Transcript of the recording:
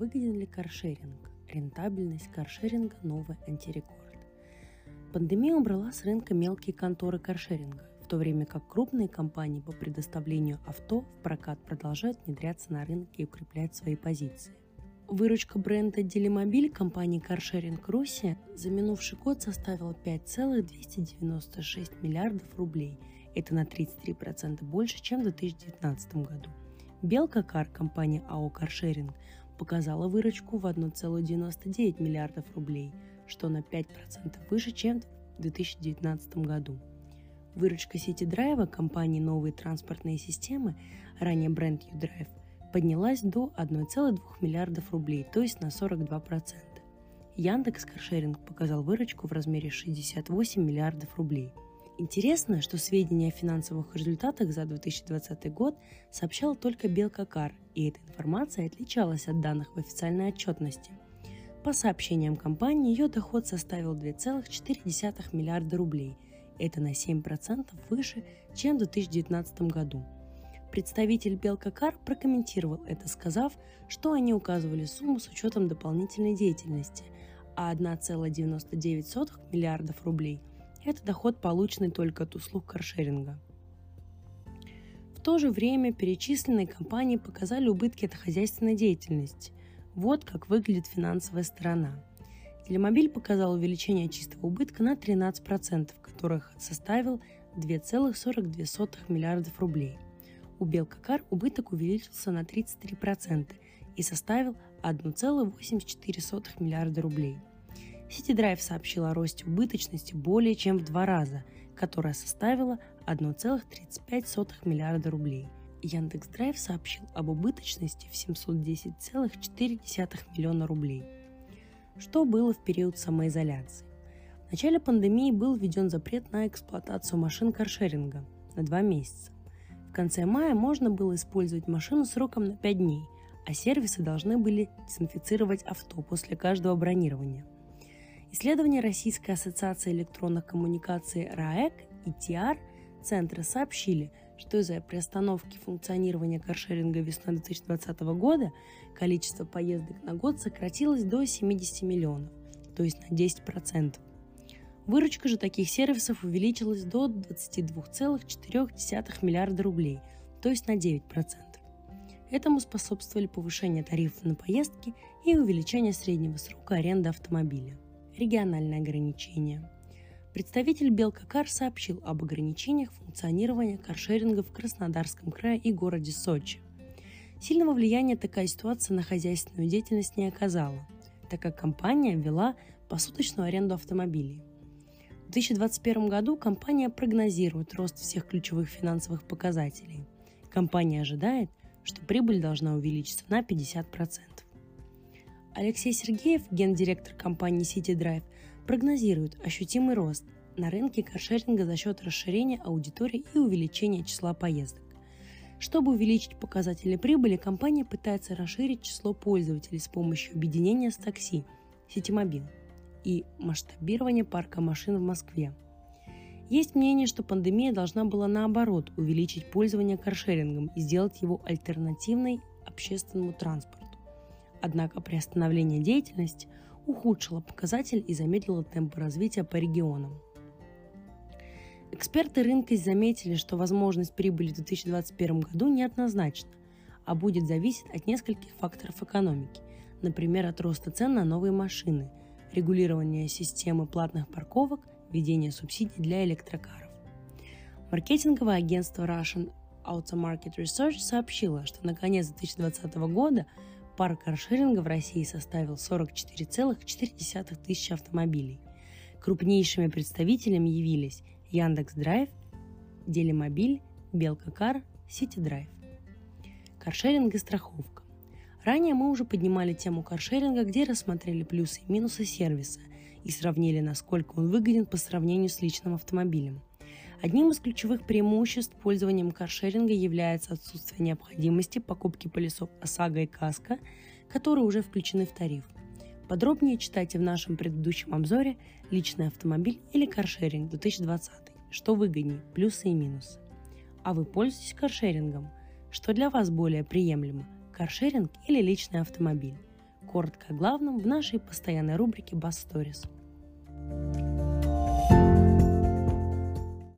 Выгоден ли каршеринг? Рентабельность каршеринга – новый антирекорд. Пандемия убрала с рынка мелкие конторы каршеринга, в то время как крупные компании по предоставлению авто в прокат продолжают внедряться на рынке и укреплять свои позиции. Выручка бренда Делимобиль компании Каршеринг Руси за минувший год составила 5,296 миллиардов рублей. Это на 33% больше, чем в 2019 году. Белка Кар компания АО Каршеринг показала выручку в 1,99 миллиардов рублей, что на 5% выше, чем в 2019 году. Выручка Сити Драйва компании «Новые транспортные системы», ранее бренд Юдрайв, поднялась до 1,2 миллиардов рублей, то есть на 42%. Яндекс Каршеринг показал выручку в размере 68 миллиардов рублей. Интересно, что сведения о финансовых результатах за 2020 год сообщала только Белка Кар, и эта информация отличалась от данных в официальной отчетности. По сообщениям компании, ее доход составил 2,4 миллиарда рублей. Это на 7% выше, чем в 2019 году. Представитель Белка Кар прокомментировал это, сказав, что они указывали сумму с учетом дополнительной деятельности, а 1,99 миллиардов рублей – это доход, полученный только от услуг каршеринга. В то же время перечисленные компании показали убытки от хозяйственной деятельности. Вот как выглядит финансовая сторона. Делимобиль показал увеличение чистого убытка на 13%, которых составил 2,42 миллиардов рублей. У Белка Кар убыток увеличился на 33% и составил 1,84 миллиарда рублей. Сити Драйв сообщил о росте убыточности более чем в 2 раза, которая составила 1,35 миллиарда рублей. Яндекс Драйв сообщил об убыточности в 710,4 миллиона рублей. Что было в период самоизоляции? В начале пандемии был введен запрет на эксплуатацию машин каршеринга на 2 месяца. В конце мая можно было использовать машину сроком на 5 дней, а сервисы должны были дезинфицировать авто после каждого бронирования. Исследования Российской ассоциации электронных коммуникаций РАЭК и ТИАР Центра сообщили, что из-за приостановки функционирования каршеринга весной 2020 года количество поездок на год сократилось до 70 миллионов, то есть на 10%. Выручка же таких сервисов увеличилась до 22,4 миллиарда рублей, то есть на 9%. Этому способствовали повышение тарифов на поездки и увеличение среднего срока аренды автомобиля. Региональные ограничения. Представитель Белка Кар сообщил об ограничениях функционирования каршеринга в Краснодарском крае и городе Сочи. Сильного влияния такая ситуация на хозяйственную деятельность не оказала, так как компания ввела посуточную аренду автомобилей. В 2021 году компания прогнозирует рост всех ключевых финансовых показателей. Компания ожидает, что прибыль должна увеличиться на 50%. Алексей Сергеев, гендиректор компании City Drive, прогнозирует ощутимый рост на рынке каршеринга за счет расширения аудитории и увеличения числа поездок. Чтобы увеличить показатели прибыли, компания пытается расширить число пользователей с помощью объединения с такси Ситимобил и масштабирования парка машин в Москве. Есть мнение, что пандемия должна была наоборот увеличить пользование каршерингом и сделать его альтернативой общественному транспорту. Однако приостановление деятельности ухудшило показатель и замедлило темпы развития по регионам. Эксперты рынка заметили, что возможность прибыли в 2021 году неоднозначна, а будет зависеть от нескольких факторов экономики, например, от роста цен на новые машины, регулирования системы платных парковок, введения субсидий для электрокаров. Маркетинговое агентство Russian Auto Market Research сообщило, что на конец 2020 года парк каршеринга в России составил 44,4 тысячи автомобилей. Крупнейшими представителями явились Яндекс Драйв, Делимобиль, Белка Кар, Сити Драйв. Каршеринг и страховка. Ранее мы уже поднимали тему каршеринга, где рассмотрели плюсы и минусы сервиса и сравнили, насколько он выгоден по сравнению с личным автомобилем. Одним из ключевых преимуществ пользованием каршеринга является отсутствие необходимости покупки полисов ОСАГО и КАСКО, которые уже включены в тариф. Подробнее читайте в нашем предыдущем обзоре «Личный автомобиль или каршеринг 2020. Что выгоднее? Плюсы и минусы». А вы пользуетесь каршерингом? Что для вас более приемлемо? Каршеринг или личный автомобиль? коротко о главном в нашей постоянной рубрике Bus Stories.